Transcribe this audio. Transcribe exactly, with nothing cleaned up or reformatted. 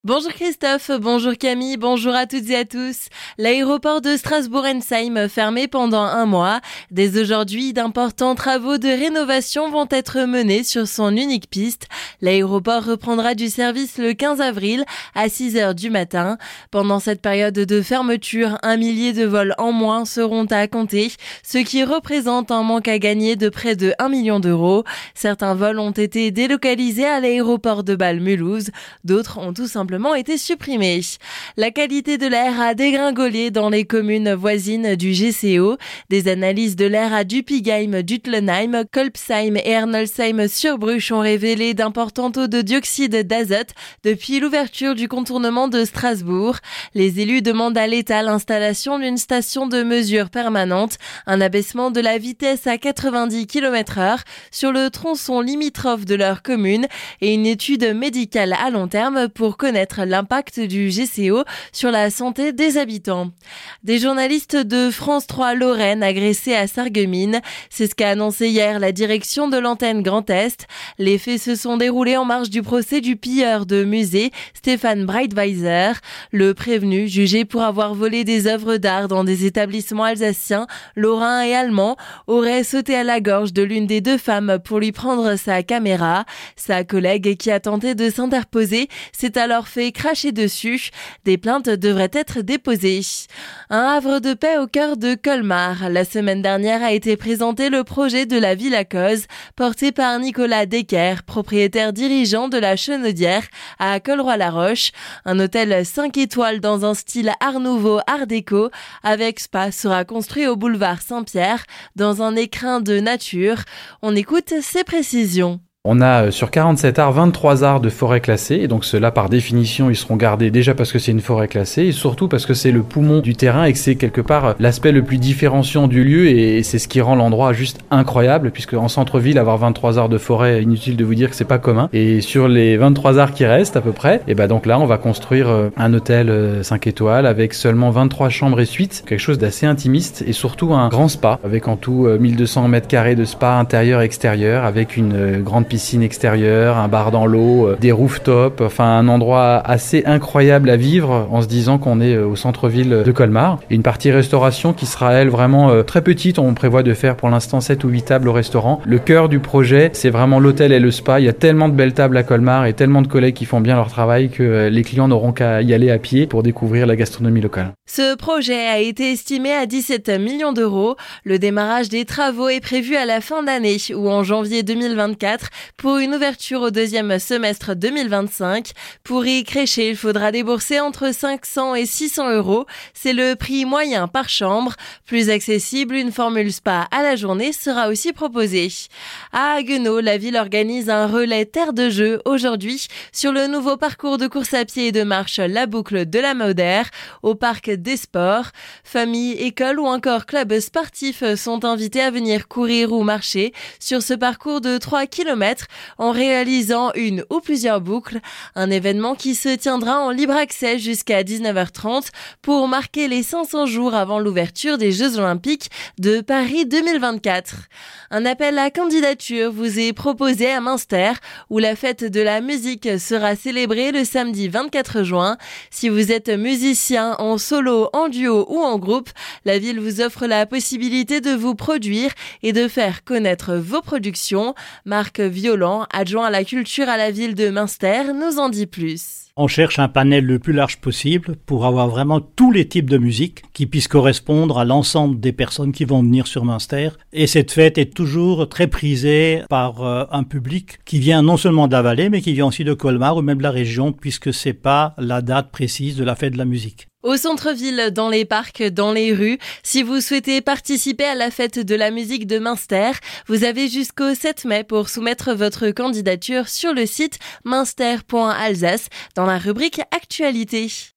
Bonjour Christophe, bonjour Camille, bonjour à toutes et à tous. L'aéroport de Strasbourg-Ensheim fermé pendant un mois. Dès aujourd'hui, d'importants travaux de rénovation vont être menés sur son unique piste. L'aéroport reprendra du service le quinze avril à six heures du matin. Pendant cette période de fermeture, un millier de vols en moins seront à compter, ce qui représente un manque à gagner de près de un million d'euros. Certains vols ont été délocalisés à l'aéroport de Bâle-Mulhouse, d'autres ont tout simplement été supprimés. La qualité de l'air a dégringolé dans les communes voisines du G C O. Des analyses de l'air à Dupigheim, Dutlenheim, Kolbsheim et Ernolsheim-sur-Bruche ont révélé d'importants taux de dioxyde d'azote depuis l'ouverture du contournement de Strasbourg. Les élus demandent à l'État l'installation d'une station de mesure permanente, un abaissement de la vitesse à quatre-vingt-dix kilomètres heure sur le tronçon limitrophe de leur commune et une étude médicale à long terme pour connaître l'impact du G C O sur la santé des habitants. Des journalistes de France trois Lorraine agressés à Sarreguemines, c'est ce qu'a annoncé hier la direction de l'antenne Grand Est. Les faits se sont déroulés en marge du procès du pilleur de musée Stéphane Breitweiser. Le prévenu, jugé pour avoir volé des œuvres d'art dans des établissements alsaciens, lorrains et allemands, aurait sauté à la gorge de l'une des deux femmes pour lui prendre sa caméra. Sa collègue, qui a tenté de s'interposer, s'est alors fait cracher dessus. Des plaintes devraient être déposées. Un havre de paix au cœur de Colmar. La semaine dernière a été présenté le projet de la Villa Cause, porté par Nicolas Decker, propriétaire dirigeant de la Chenaudière à Colroy-la-Roche. Un hôtel cinq étoiles dans un style art nouveau, art déco, avec spa, sera construit au boulevard Saint-Pierre, dans un écrin de nature. On écoute ces précisions. On a sur quarante-sept arts, vingt-trois arts de forêt classée, et donc ceux-là par définition ils seront gardés déjà parce que c'est une forêt classée et surtout parce que c'est le poumon du terrain et que c'est quelque part l'aspect le plus différenciant du lieu et c'est ce qui rend l'endroit juste incroyable puisque en centre-ville avoir vingt-trois arts de forêt, inutile de vous dire que c'est pas commun. Et sur les vingt-trois arts qui restent à peu près, et ben donc là on va construire un hôtel cinq étoiles avec seulement vingt-trois chambres et suites, quelque chose d'assez intimiste et surtout un grand spa avec en tout mille deux cents mètres carrés de spa intérieur et extérieur avec une grande piscine extérieure, un bar dans l'eau, des rooftops, enfin un endroit assez incroyable à vivre en se disant qu'on est au centre-ville de Colmar. Et une partie restauration qui sera elle vraiment très petite, on prévoit de faire pour l'instant sept ou huit tables au restaurant. Le cœur du projet, c'est vraiment l'hôtel et le spa. Il y a tellement de belles tables à Colmar et tellement de collègues qui font bien leur travail que les clients n'auront qu'à y aller à pied pour découvrir la gastronomie locale. Ce projet a été estimé à dix-sept millions d'euros. Le démarrage des travaux est prévu à la fin d'année ou en janvier deux mille vingt-quatre pour une ouverture au deuxième semestre deux mille vingt-cinq. Pour y crécher, il faudra débourser entre cinq cents et six cents euros. C'est le prix moyen par chambre. Plus accessible, une formule spa à la journée sera aussi proposée. À Haguenau, la ville organise un relais terre de jeu aujourd'hui sur le nouveau parcours de course à pied et de marche La Boucle de la Moder au parc des sports. Familles, écoles ou encore clubs sportifs sont invités à venir courir ou marcher sur ce parcours de trois kilomètres en réalisant une ou plusieurs boucles. Un événement qui se tiendra en libre accès jusqu'à dix-neuf heures trente pour marquer les cinq cents jours avant l'ouverture des Jeux Olympiques de Paris deux mille vingt-quatre. Un appel à candidature vous est proposé à Münster où la fête de la musique sera célébrée le samedi vingt-quatre juin. Si vous êtes musicien en solo, en duo ou en groupe, la ville vous offre la possibilité de vous produire et de faire connaître vos productions. Marc Violent, adjoint à la culture à la ville de Münster, nous en dit plus. On cherche un panel le plus large possible pour avoir vraiment tous les types de musique qui puissent correspondre à l'ensemble des personnes qui vont venir sur Münster. Et cette fête est toujours très prisée par euh, un public qui vient non seulement de la vallée, mais qui vient aussi de Colmar ou même de la région, puisque c'est pas la date précise de la fête de la musique. Au centre-ville, dans les parcs, dans les rues, si vous souhaitez participer à la fête de la musique de Münster, vous avez jusqu'au sept mai pour soumettre votre candidature sur le site münster point alsace dans la rubrique Actualité.